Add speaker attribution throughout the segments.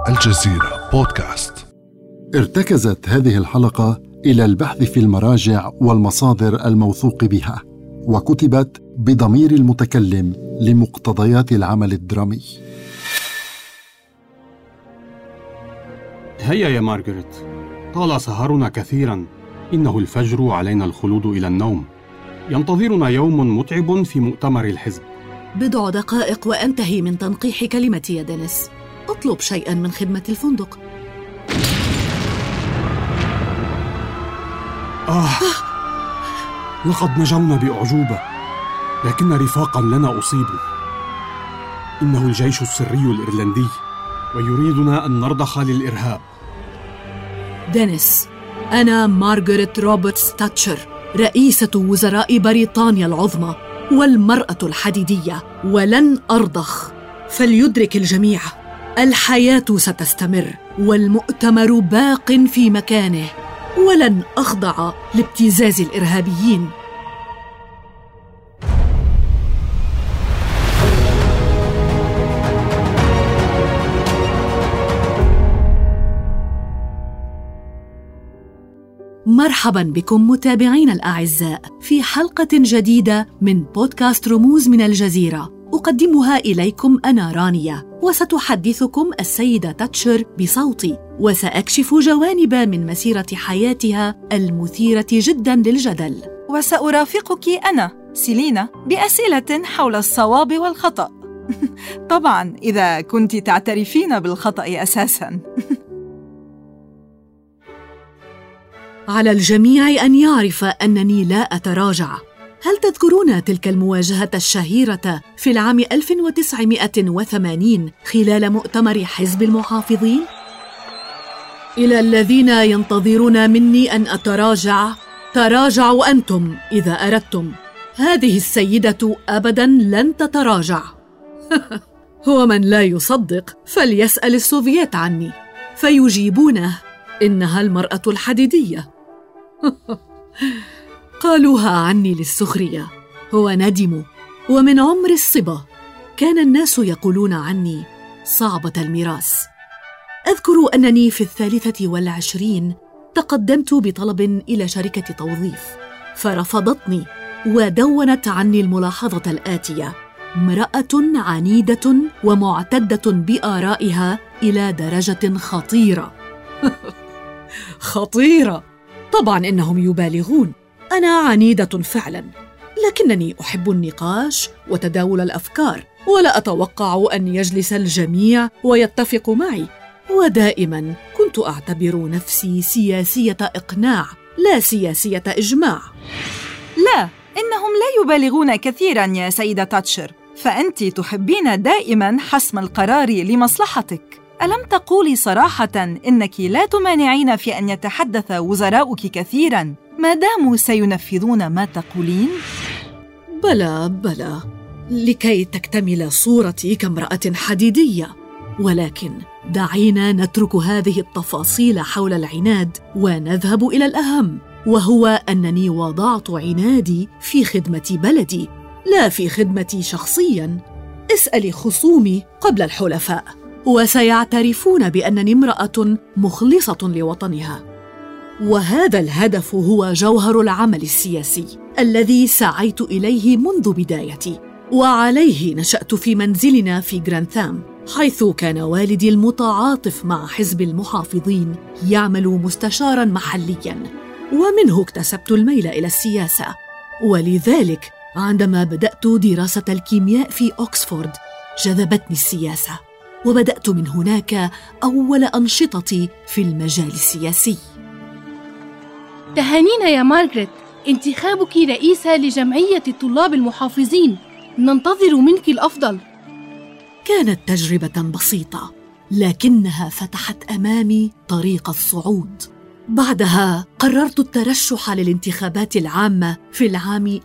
Speaker 1: الجزيرة بودكاست.
Speaker 2: ارتكزت هذه الحلقة إلى البحث في المراجع والمصادر الموثوق بها، وكتبت بضمير المتكلم لمقتضيات العمل الدرامي.
Speaker 3: هيا يا مارغريت، طال سهرنا كثيرا، إنه الفجر علينا الخلود إلى النوم. ينتظرنا يوم متعب في مؤتمر الحزب.
Speaker 4: بضع دقائق وأنتهي من تنقيح كلمتي يا دينيس. اطلب شيئا من خدمة الفندق.
Speaker 3: لقد نجونا بأعجوبة، لكن رفاقا لنا أصيبوا. إنه الجيش السري الإيرلندي ويريدنا أن نرضخ للإرهاب.
Speaker 4: دينيس، أنا مارغريت روبرتس تاتشر، رئيسة وزراء بريطانيا العظمى والمرأة الحديدية، ولن أرضخ. فليدرك الجميع، الحياة ستستمر والمؤتمر باق في مكانه، ولن أخضع لابتزاز الإرهابيين. مرحباً بكم متابعين الأعزاء في حلقة جديدة من بودكاست رموز من الجزيرة، أقدمها إليكم أنا رانيا، وستحدثكم السيدة تاتشر بصوتي، وسأكشف جوانب من مسيرة حياتها المثيرة جداً للجدل.
Speaker 5: وسأرافقك أنا سيلينا بأسئلة حول الصواب والخطأ. طبعاً إذا كنت تعترفين بالخطأ أساساً.
Speaker 4: على الجميع أن يعرف أنني لا أتراجع. هل تذكرون تلك المواجهة الشهيرة في العام 1980 خلال مؤتمر حزب المحافظين؟ إلى الذين ينتظرون مني أن أتراجع، تراجعوا أنتم إذا أردتم. هذه السيدة أبداً لن تتراجع. ومن لا يصدق فليسأل السوفييت عني، فيجيبونه إنها المرأة الحديدية. قالوها عني للسخرية. وندموا، ومن عمر الصبا كان الناس يقولون عني صعبة الميراث. أذكر أنني في 23 تقدمت بطلب إلى شركة توظيف، فرفضتني ودونت عني الملاحظة الآتية: امرأة عنيدة ومعتدة بآرائها إلى درجة خطيرة. خطيرة؟ طبعاً إنهم يبالغون. أنا عنيدة فعلاً، لكنني أحب النقاش وتداول الأفكار، ولا أتوقع أن يجلس الجميع ويتفقوا معي. ودائماً كنت أعتبر نفسي سياسية إقناع، لا سياسية إجماع.
Speaker 5: لا، إنهم لا يبالغون كثيراً يا سيدة تاتشر، فأنت تحبين دائماً حسم القرار لمصلحتك. ألم تقولي صراحة إنك لا تمانعين في أن يتحدث وزراؤك كثيراً ما داموا سينفذون ما تقولين؟
Speaker 4: بلى، لكي تكتمل صورتي كامرأة حديدية. ولكن دعينا نترك هذه التفاصيل حول العناد ونذهب إلى الأهم، وهو أنني وضعت عنادي في خدمة بلدي، لا في خدمتي شخصياً. اسألي خصومي قبل الحلفاء وسيعترفون بأنني امرأة مخلصة لوطنها. وهذا الهدف هو جوهر العمل السياسي الذي سعيت إليه منذ بدايتي، وعليه نشأت في منزلنا في غرانثام، حيث كان والدي المتعاطف مع حزب المحافظين يعمل مستشاراً محلياً، ومنه اكتسبت الميل إلى السياسة. ولذلك عندما بدأت دراسة الكيمياء في أوكسفورد جذبتني السياسة، وبدأت من هناك أول أنشطتي في المجال السياسي.
Speaker 6: تهانينا يا مارغريت، انتخابك رئيسة لجمعية الطلاب المحافظين، ننتظر منك الأفضل.
Speaker 4: كانت تجربة بسيطة، لكنها فتحت أمامي طريق الصعود. بعدها قررت الترشح للانتخابات العامة في العام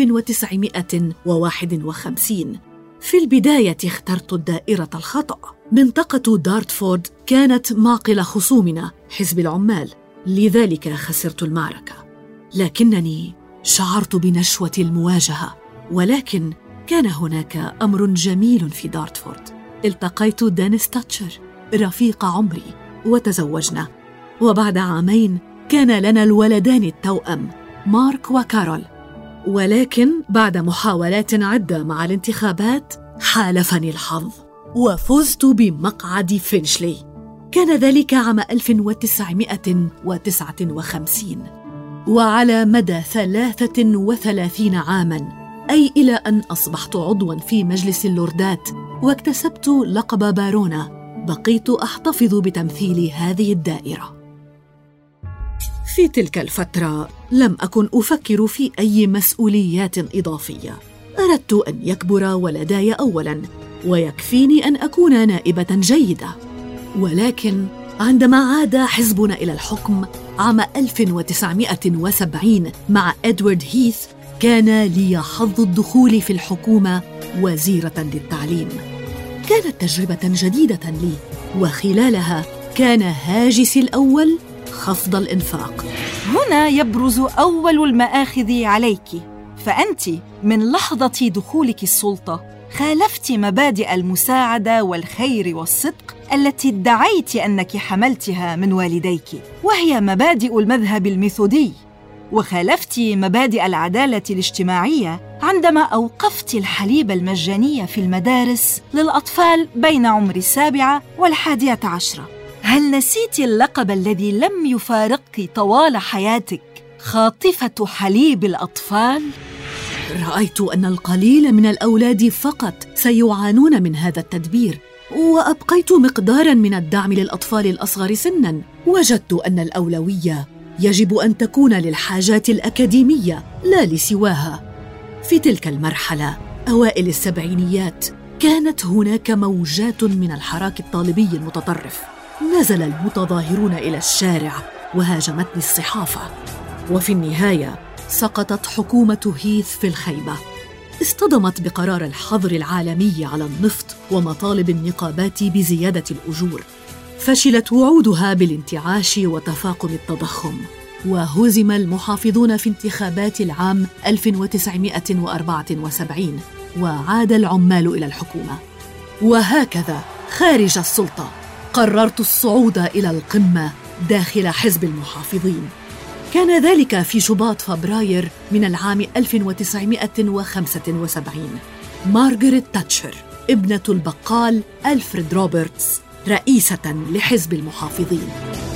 Speaker 4: 1951. في البداية اخترت الدائرة الخطأ. منطقة دارتفورد كانت معقل خصومنا حزب العمال، لذلك خسرت المعركة. لكنني شعرت بنشوة المواجهة، ولكن كان هناك أمر جميل في دارتفورد. التقيت دينيس تاتشر، رفيق عمري وتزوجنا، وبعد عامين كان لنا الولدان التوأم مارك وكارول. ولكن بعد محاولات عدة مع الانتخابات حالفني الحظ وفزت بمقعد فينشلي. كان ذلك عام 1959، وعلى مدى 33 عاماً، أي إلى أن أصبحت عضواً في مجلس اللوردات واكتسبت لقب بارونة، بقيت أحتفظ بتمثيل هذه الدائرة. في تلك الفترة لم أكن أفكر في أي مسؤوليات إضافية. أردت أن يكبر ولداي أولاً، ويكفيني أن أكون نائبة جيدة. ولكن عندما عاد حزبنا إلى الحكم عام 1970 مع إدوارد هيث، كان لي حظ الدخول في الحكومة وزيرة للتعليم. كانت تجربة جديدة لي، وخلالها كان هاجسي الأول خفض الإنفاق.
Speaker 5: هنا يبرز أول المآخذ عليك، فأنت من لحظة دخولك السلطة خالفت مبادئ المساعدة والخير والصدق التي ادعيت أنك حملتها من والديك، وهي مبادئ المذهب الميثودي، وخالفت مبادئ العدالة الاجتماعية عندما أوقفت الحليب المجاني في المدارس للأطفال بين عمر 7 و11. هل نسيت اللقب الذي لم يفارقك طوال حياتك، خاطفة حليب الأطفال؟
Speaker 4: رأيت أن القليل من الأولاد فقط سيعانون من هذا التدبير، وأبقيت مقداراً من الدعم للأطفال الأصغر سناً. وجدت أن الأولوية يجب أن تكون للحاجات الأكاديمية لا لسواها. في تلك المرحلة أوائل السبعينيات كانت هناك موجات من الحراك الطالبي المتطرف. نزل المتظاهرون إلى الشارع وهاجمتني الصحافة، وفي النهاية سقطت حكومة هيث في الخيبة. اصطدمت بقرار الحظر العالمي على النفط ومطالب النقابات بزيادة الأجور. فشلت وعودها بالانتعاش وتفاقم التضخم، وهزم المحافظون في انتخابات العام 1974، وعاد العمال إلى الحكومة. وهكذا خارج السلطة قررت الصعود إلى القمة داخل حزب المحافظين. كان ذلك في شباط فبراير من العام 1975. مارغريت تاتشر ابنة البقال ألفريد روبرتس رئيسة لحزب المحافظين.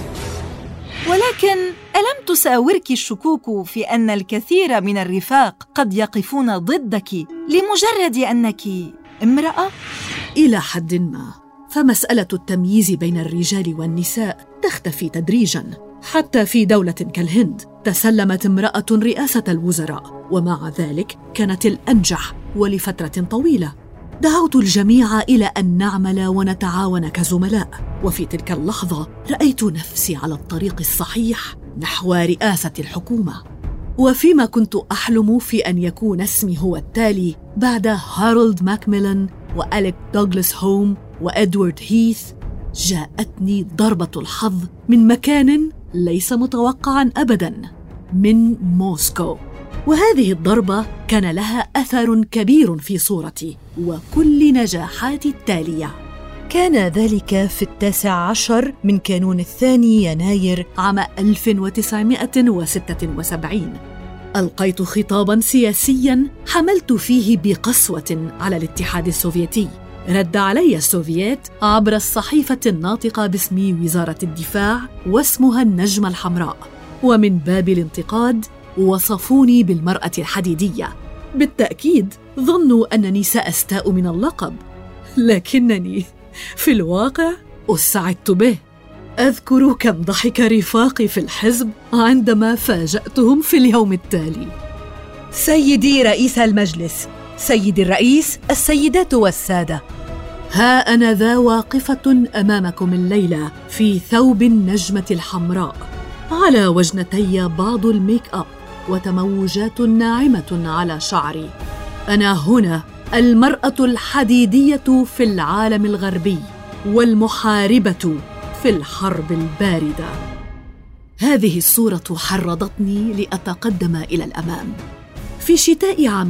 Speaker 5: ولكن ألم تساورك الشكوك في أن الكثير من الرفاق قد يقفون ضدك لمجرد أنك امرأة؟
Speaker 4: إلى حد ما، فمسألة التمييز بين الرجال والنساء تختفي تدريجاً. حتى في دولة كالهند تسلمت امرأة رئاسة الوزراء، ومع ذلك كانت الأنجح ولفترة طويلة. دعوت الجميع إلى أن نعمل ونتعاون كزملاء، وفي تلك اللحظة رأيت نفسي على الطريق الصحيح نحو رئاسة الحكومة. وفيما كنت أحلم في أن يكون اسمي هو التالي بعد هارولد ماكميلان وأليك دوغلاس هوم وإدوارد هيث، جاءتني ضربة الحظ من مكان ليس متوقعاً أبداً، من موسكو. وهذه الضربة كان لها أثر كبير في صورتي وكل نجاحاتي التالية. كان ذلك في 19 من كانون الثاني يناير عام 1976. ألقيت خطاباً سياسياً حملت فيه بقسوة على الاتحاد السوفيتي. رد علي السوفييت عبر الصحيفة الناطقة باسم وزارة الدفاع واسمها النجمة الحمراء، ومن باب الانتقاد وصفوني بالمرأة الحديدية. بالتأكيد ظنوا أنني سأستاء من اللقب، لكنني في الواقع أسعدت به. أذكر كم ضحك رفاقي في الحزب عندما فاجأتهم في اليوم التالي: سيدي رئيس المجلس، سيدي الرئيس، السيدات والسادة، ها أنا ذا واقفة أمامكم الليلة في ثوب النجمة الحمراء، على وجنتي بعض الميك أب وتموجات ناعمة على شعري. أنا هنا المرأة الحديدية في العالم الغربي والمحاربة في الحرب الباردة. هذه الصورة حرضتني لأتقدم إلى الأمام. في شتاء عام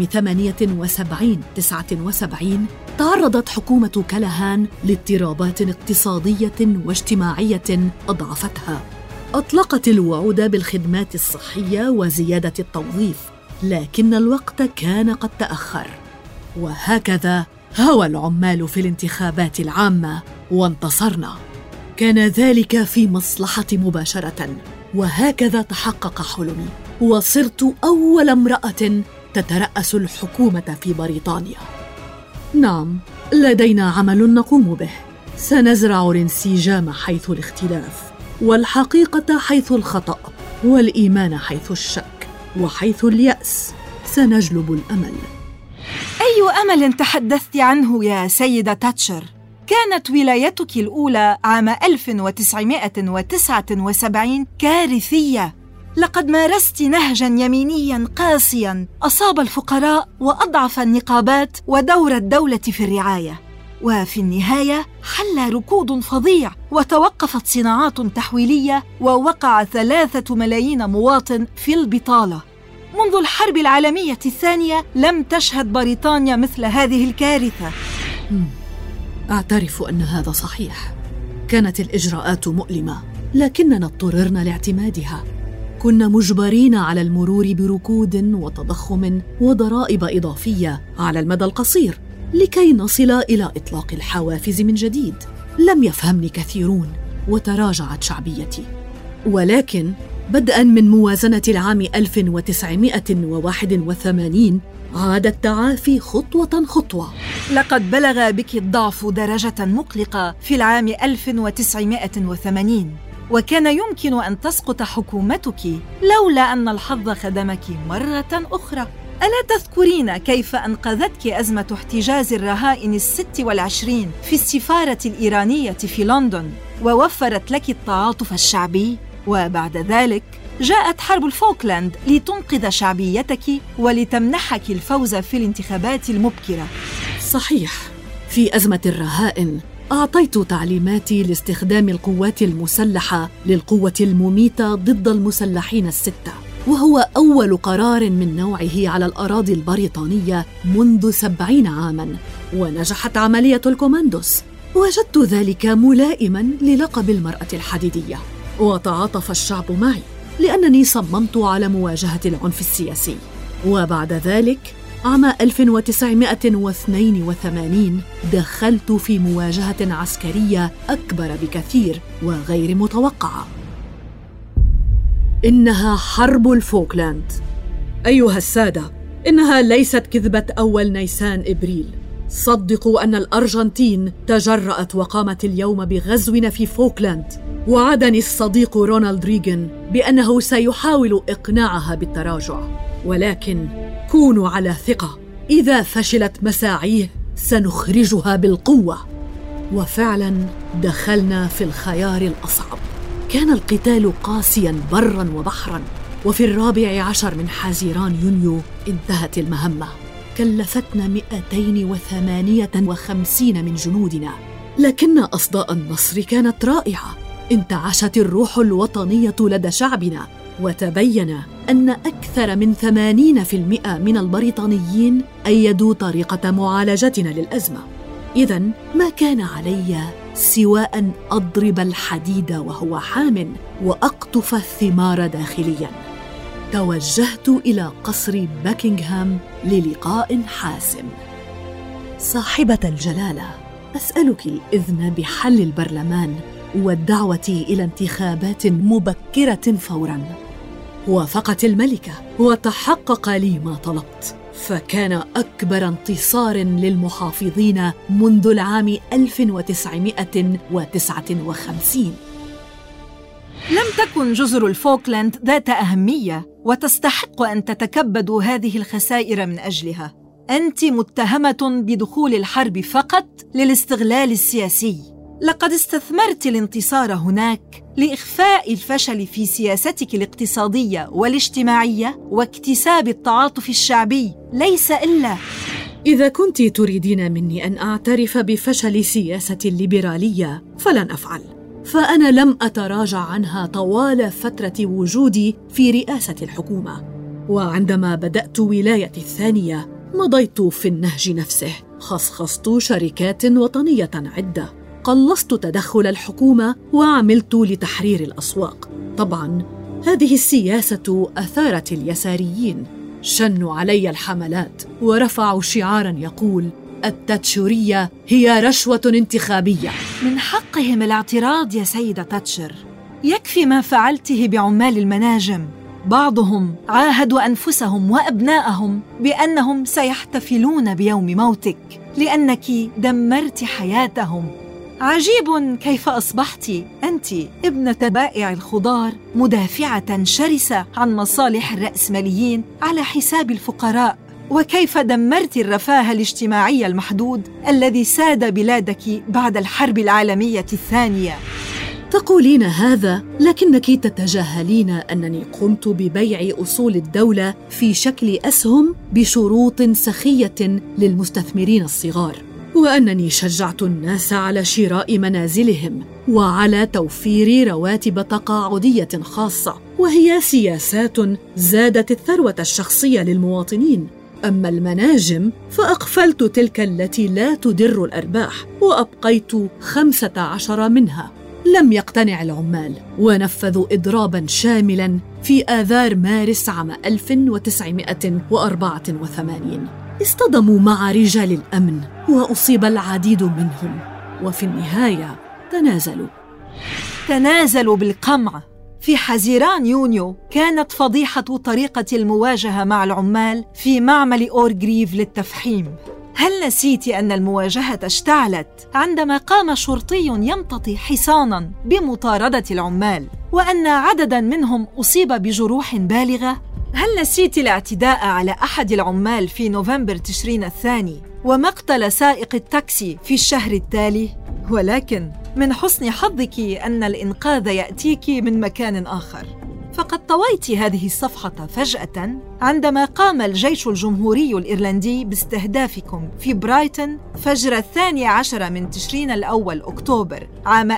Speaker 4: 78-79 تعرضت حكومة كلهان لاضطرابات اقتصادية واجتماعية أضعفتها. أطلقت الوعود بالخدمات الصحية وزيادة التوظيف، لكن الوقت كان قد تأخر، وهكذا هوى العمال في الانتخابات العامة وانتصرنا. كان ذلك في مصلحتي مباشرة، وهكذا تحقق حلمي، وصرت أول امرأة تترأس الحكومة في بريطانيا. نعم، لدينا عمل نقوم به. سنزرع الانسجام حيث الاختلاف، والحقيقة حيث الخطأ، والإيمان حيث الشك، وحيث اليأس سنجلب الأمل.
Speaker 5: أي أمل تحدثت عنه يا سيدة تاتشر؟ كانت ولايتك الأولى عام 1979 كارثية. لقد مارست نهجاً يمينياً قاسياً أصاب الفقراء وأضعف النقابات ودور الدولة في الرعاية، وفي النهاية حل ركود فظيع وتوقفت صناعات تحويلية، ووقع 3 ملايين مواطن في البطالة. منذ الحرب العالمية الثانية لم تشهد بريطانيا مثل هذه الكارثة.
Speaker 4: أعترف أن هذا صحيح. كانت الإجراءات مؤلمة، لكننا اضطررنا لاعتمادها. كنا مجبرين على المرور بركود وتضخم وضرائب إضافية على المدى القصير لكي نصل إلى إطلاق الحوافز من جديد. لم يفهمني كثيرون وتراجعت شعبيتي، ولكن بدءاً من موازنة العام 1981 عاد التعافي خطوة خطوة.
Speaker 5: لقد بلغ بك الضعف درجة مقلقة في العام 1980، وكان يمكن أن تسقط حكومتك لولا أن الحظ خدمك مرة أخرى. ألا تذكرين كيف أنقذتك أزمة احتجاز الرهائن 26 في السفارة الإيرانية في لندن، ووفرت لك التعاطف الشعبي؟ وبعد ذلك جاءت حرب الفوكلاند لتنقذ شعبيتك ولتمنحك الفوز في الانتخابات المبكرة.
Speaker 4: صحيح، في أزمة الرهائن أعطيت تعليماتي لاستخدام القوات المسلحة للقوة المميتة ضد المسلحين 6، وهو أول قرار من نوعه على الأراضي البريطانية منذ 70 عاماً، ونجحت عملية الكوماندوس. وجدت ذلك ملائماً للقب المرأة الحديدية، وتعاطف الشعب معي لأنني صممت على مواجهة العنف السياسي. وبعد ذلك عام 1982 دخلت في مواجهة عسكرية أكبر بكثير وغير متوقعة. إنها حرب الفوكلاند. أيها السادة، إنها ليست كذبة أول نيسان إبريل. صدقوا أن الأرجنتين تجرأت وقامت اليوم بغزونا في فوكلاند. وعدني الصديق رونالد ريغان بأنه سيحاول إقناعها بالتراجع، ولكن كونوا على ثقة، إذا فشلت مساعيه سنخرجها بالقوة. وفعلاً دخلنا في الخيار الأصعب. كان القتال قاسياً براً وبحراً، وفي 14 من حزيران يونيو انتهت المهمة. كلفتنا 258 من جنودنا، لكن أصداء النصر كانت رائعة. انتعشت الروح الوطنية لدى شعبنا، وتبين أن أكثر من 80% من البريطانيين أيدوا طريقة معالجتنا للأزمة. إذن ما كان علي سوى أن أضرب الحديد وهو حام وأقطف الثمار داخلياً. توجهت إلى قصر باكنغهام للقاء حاسم. صاحبة الجلالة، أسألك الإذن بحل البرلمان والدعوة إلى انتخابات مبكرة فوراً. وافقت الملكة وتحقق لي ما طلبت، فكان أكبر انتصار للمحافظين منذ العام 1959.
Speaker 5: لم تكن جزر الفوكلاند ذات أهمية وتستحق أن تتكبدوا هذه الخسائر من أجلها. أنت متهمة بدخول الحرب فقط للاستغلال السياسي. لقد استثمرت الانتصار هناك لإخفاء الفشل في سياستك الاقتصادية والاجتماعية واكتساب التعاطف الشعبي، ليس إلا.
Speaker 4: إذا كنت تريدين مني أن أعترف بفشل سياسة الليبرالية فلن أفعل، فأنا لم أتراجع عنها طوال فترة وجودي في رئاسة الحكومة. وعندما بدأت ولايتي الثانية مضيت في النهج نفسه، خصخصت شركات وطنية عدة، قلصت تدخل الحكومة وعملت لتحرير الأسواق. طبعاً هذه السياسة أثارت اليساريين، شنوا علي الحملات ورفعوا شعاراً يقول: التاتشرية هي رشوة انتخابية.
Speaker 5: من حقهم الاعتراض يا سيدة تاتشر، يكفي ما فعلته بعمال المناجم. بعضهم عاهدوا أنفسهم وأبنائهم بأنهم سيحتفلون بيوم موتك لأنك دمرت حياتهم. عجيب كيف أصبحت أنت ابنة بائع الخضار مدافعة شرسة عن مصالح الرأسماليين على حساب الفقراء، وكيف دمرت الرفاه الاجتماعي المحدود الذي ساد بلادك بعد الحرب العالمية الثانية.
Speaker 4: تقولين هذا لكنك تتجاهلين أنني قمت ببيع أصول الدولة في شكل أسهم بشروط سخية للمستثمرين الصغار، وأنني شجعت الناس على شراء منازلهم وعلى توفير رواتب تقاعدية خاصة، وهي سياسات زادت الثروة الشخصية للمواطنين. أما المناجم فأقفلت تلك التي لا تدر الأرباح وأبقيت 15 منها. لم يقتنع العمال ونفذوا إضراباً شاملاً في آذار مارس عام 1984. اصطدموا مع رجال الأمن وأصيب العديد منهم، وفي النهاية
Speaker 5: تنازلوا بالقمع. في حزيران يونيو كانت فضيحة طريقة المواجهة مع العمال في معمل أورغريف للتفحيم. هل نسيت أن المواجهة اشتعلت عندما قام شرطي يمتطي حصاناً بمطاردة العمال، وأن عدداً منهم أصيب بجروح بالغة؟ هل نسيت الاعتداء على أحد العمال في نوفمبر تشرين الثاني ومقتل سائق التاكسي في الشهر التالي؟ ولكن من حسن حظك أن الإنقاذ يأتيك من مكان آخر، فقد طويت هذه الصفحة فجأة عندما قام الجيش الجمهوري الإيرلندي باستهدافكم في برايتون فجر 12 من تشرين الأول أكتوبر عام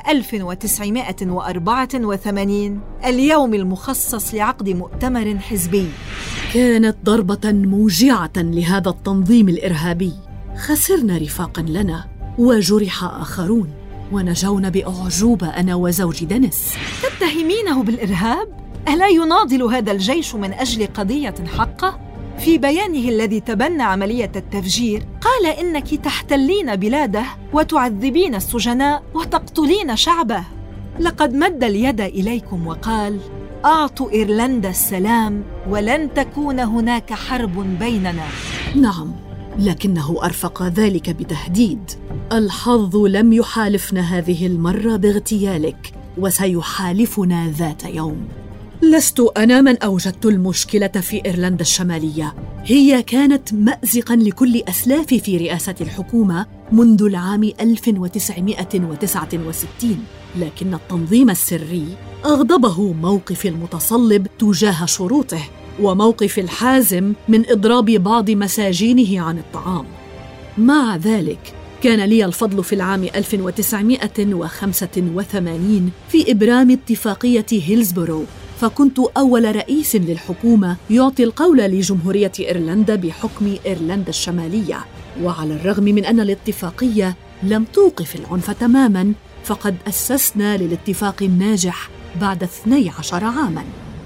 Speaker 5: 1984، اليوم المخصص لعقد مؤتمر حزبي.
Speaker 4: كانت ضربة موجعة لهذا التنظيم الإرهابي. خسرنا رفاقاً لنا وجرح آخرون، ونجونا بأعجوبة أنا وزوجي دينيس.
Speaker 5: تتهمينه بالإرهاب؟ ألا يناضل هذا الجيش من أجل قضية حقة؟ في بيانه الذي تبنى عملية التفجير قال إنك تحتلين بلاده وتعذبين السجناء وتقتلين شعبه. لقد مد اليد إليكم وقال: أعطوا إيرلندا السلام ولن تكون هناك حرب بيننا.
Speaker 4: نعم، لكنه أرفق ذلك بتهديد: الحظ لم يحالفنا هذه المرة باغتيالك، وسيحالفنا ذات يوم. لست أنا من أوجدت المشكلة في إيرلندا الشمالية، هي كانت مأزقاً لكل أسلافي في رئاسة الحكومة منذ العام 1969، لكن التنظيم السري أغضبه موقف المتصلب تجاه شروطه وموقف الحازم من إضراب بعض مساجينه عن الطعام. مع ذلك كان لي الفضل في العام 1985 في إبرام اتفاقية هيلزبورو، فكنت أول رئيس للحكومة يعطي القول لجمهورية إيرلندا بحكم إيرلندا الشمالية. وعلى الرغم من أن الاتفاقية لم توقف العنف تماماً، فقد أسسنا للاتفاق الناجح بعد 12 عاماً.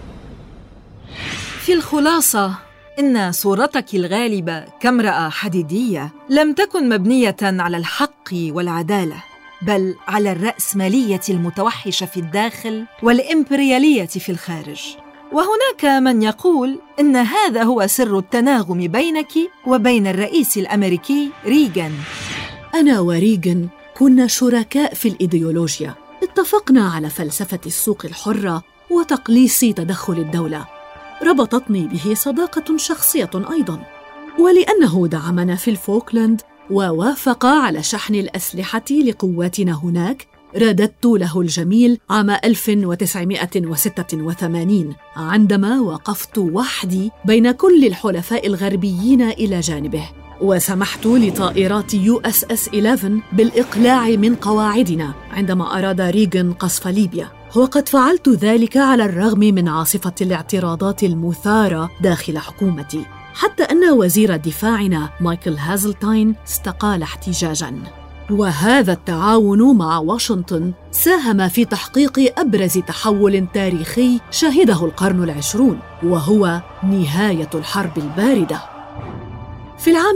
Speaker 5: في الخلاصة، إن صورتك الغالبة كامرأة حديدية لم تكن مبنية على الحق والعدالة، بل على الرأسمالية المتوحشة في الداخل والإمبريالية في الخارج. وهناك من يقول إن هذا هو سر التناغم بينك وبين الرئيس الأمريكي ريغان.
Speaker 4: أنا وريغان كنا شركاء في الإيديولوجيا، اتفقنا على فلسفة السوق الحرة وتقليص تدخل الدولة. ربطتني به صداقة شخصية أيضاً، ولأنه دعمنا في الفوكلاند ووافق على شحن الأسلحة لقواتنا هناك، رددت له الجميل عام 1986 عندما وقفت وحدي بين كل الحلفاء الغربيين إلى جانبه، وسمحت لطائرات USS 11 بالإقلاع من قواعدنا عندما أراد ريغان قصف ليبيا. وقد فعلت ذلك على الرغم من عاصفة الاعتراضات المثارة داخل حكومتي، حتى أن وزير دفاعنا مايكل هازلتاين استقال احتجاجاً. وهذا التعاون مع واشنطن ساهم في تحقيق أبرز تحول تاريخي شهده القرن العشرون، وهو نهاية الحرب الباردة. في العام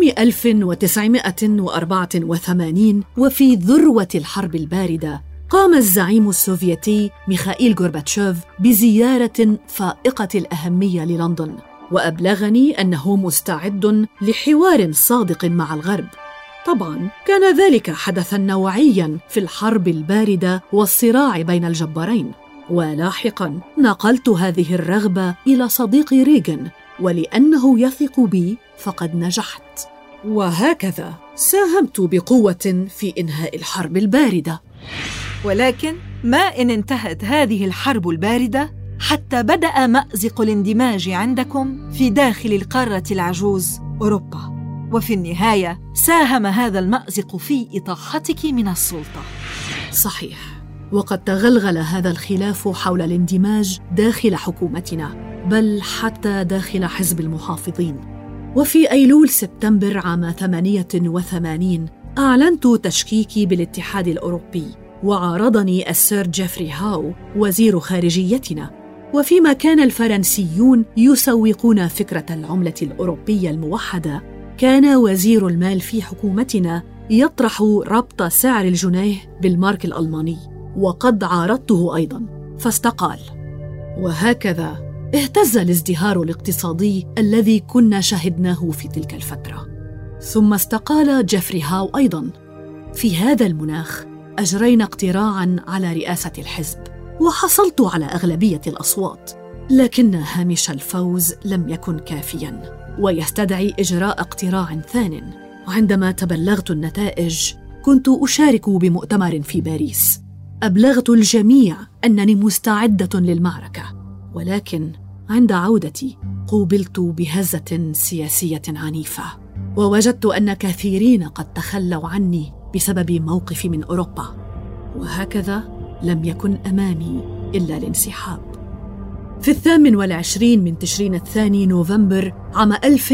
Speaker 4: 1984 وفي ذروة الحرب الباردة، قام الزعيم السوفيتي ميخائيل غورباتشوف بزيارة فائقة الأهمية للندن، وأبلغني أنه مستعد لحوار صادق مع الغرب. طبعاً كان ذلك حدثاً نوعياً في الحرب الباردة والصراع بين الجبارين، ولاحقاً نقلت هذه الرغبة إلى صديقي ريغان، ولأنه يثق بي فقد نجحت، وهكذا ساهمت بقوة في إنهاء الحرب الباردة.
Speaker 5: ولكن ما إن انتهت هذه الحرب الباردة حتى بدأ مأزق الاندماج عندكم في داخل القارة العجوز أوروبا، وفي النهاية ساهم هذا المأزق في إطاحتك من السلطة.
Speaker 4: صحيح، وقد تغلغل هذا الخلاف حول الاندماج داخل حكومتنا، بل حتى داخل حزب المحافظين. وفي أيلول سبتمبر عام 88 أعلنت تشكيكي بالاتحاد الأوروبي، وعارضني السير جيفري هاو وزير خارجيتنا. وفيما كان الفرنسيون يسوقون فكرة العملة الأوروبية الموحدة، كان وزير المال في حكومتنا يطرح ربط سعر الجنيه بالمارك الألماني، وقد عارضته أيضاً فاستقال. وهكذا اهتز الازدهار الاقتصادي الذي كنا شهدناه في تلك الفترة. ثم استقال جيفري هاو أيضاً. في هذا المناخ أجرينا اقتراعاً على رئاسة الحزب، وحصلت على أغلبية الأصوات، لكن هامش الفوز لم يكن كافياً، ويستدعي إجراء اقتراع ثان. عندما تبلغت النتائج كنت أشارك بمؤتمر في باريس. أبلغت الجميع أنني مستعدة للمعركة، ولكن عند عودتي قوبلت بهزة سياسية عنيفة، ووجدت أن كثيرين قد تخلوا عني بسبب موقفي من أوروبا، وهكذا لم يكن أمامي إلا الانسحاب. في 28 من تشرين الثاني نوفمبر عام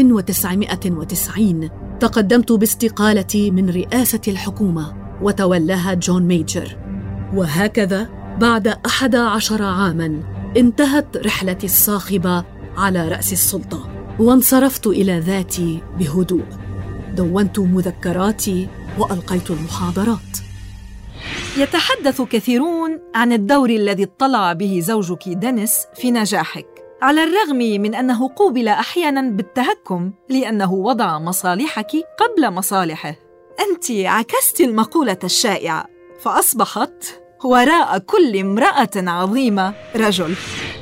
Speaker 4: 1990 تقدمت باستقالتي من رئاسة الحكومة، وتولاها جون ميجر. وهكذا بعد 11 عاماً انتهت رحلتي الصاخبة على رأس السلطة، وانصرفت إلى ذاتي بهدوء. دونت مذكراتي وألقيت المحاضرات.
Speaker 5: يتحدث كثيرون عن الدور الذي اطلع به زوجك دينيس في نجاحك، على الرغم من أنه قوبل أحياناً بالتهكم لأنه وضع مصالحك قبل مصالحه. أنت عكست المقولة الشائعة، فأصبحت وراء كل امرأة عظيمة رجل.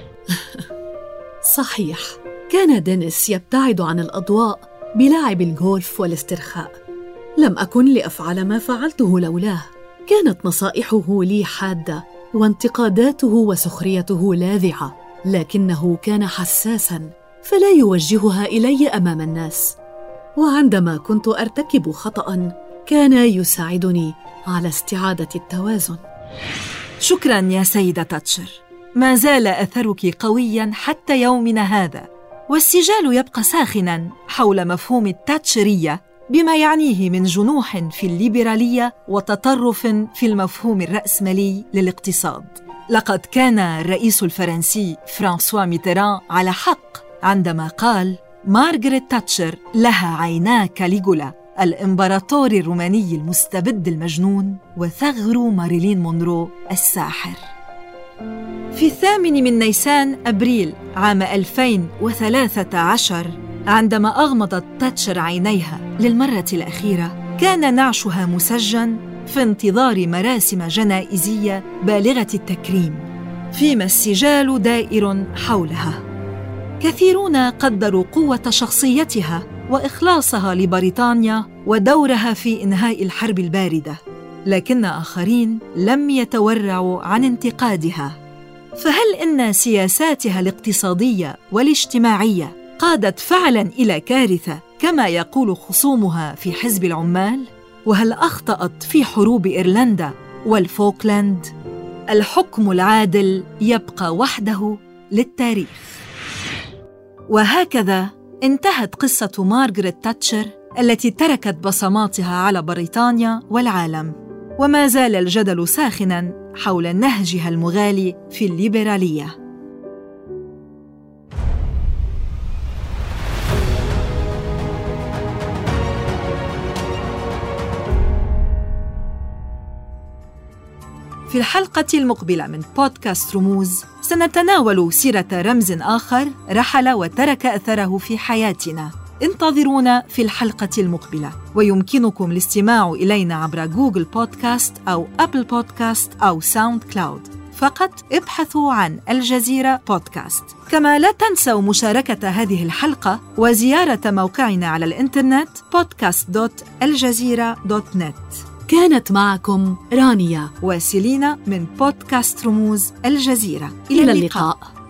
Speaker 4: صحيح، كان دينيس يبتعد عن الأضواء بلعب الجولف والاسترخاء. لم أكن لأفعل ما فعلته لولاه. كانت نصائحه لي حادة، وانتقاداته وسخريته لاذعة، لكنه كان حساساً فلا يوجهها إلي أمام الناس. وعندما كنت أرتكب خطأ كان يساعدني على استعادة التوازن.
Speaker 5: شكراً يا سيدة تاتشر، ما زال أثرك قوياً حتى يومنا هذا، والسجال يبقى ساخناً حول مفهوم التاتشرية بما يعنيه من جنوح في الليبرالية وتطرف في المفهوم الرأسمالي للاقتصاد. لقد كان الرئيس الفرنسي فرانسوا ميتران على حق عندما قال: مارغريت تاتشر لها عينا كاليغولا، الإمبراطور الروماني المستبد المجنون، وثغر ماريلين مونرو الساحر. في 8 من نيسان أبريل عام 2013 عندما أغمضت تاتشر عينيها للمرة الأخيرة، كان نعشها مسجن في انتظار مراسم جنائزية بالغة التكريم، فيما السجال دائر حولها. كثيرون قدروا قوة شخصيتها وإخلاصها لبريطانيا ودورها في إنهاء الحرب الباردة، لكن آخرين لم يتورعوا عن انتقادها. فهل إن سياساتها الاقتصادية والاجتماعية قادت فعلاً إلى كارثة كما يقول خصومها في حزب العمال؟ وهل أخطأت في حروب إيرلندا والفوكلاند؟ الحكم العادل يبقى وحده للتاريخ. وهكذا انتهت قصة مارغريت تاتشر التي تركت بصماتها على بريطانيا والعالم، وما زال الجدل ساخناً حول نهجها المغالي في الليبرالية. في الحلقة المقبلة من بودكاست رموز سنتناول سيرة رمز آخر رحل وترك أثره في حياتنا. انتظرونا في الحلقة المقبلة، ويمكنكم الاستماع إلينا عبر جوجل بودكاست أو أبل بودكاست أو ساوند كلاود. فقط ابحثوا عن الجزيرة بودكاست. كما لا تنسوا مشاركة هذه الحلقة وزيارة موقعنا على الإنترنت podcast.aljazeera.net.
Speaker 4: كانت معكم رانيا
Speaker 5: وسيلينا من بودكاست رموز الجزيرة.
Speaker 4: إلى اللقاء.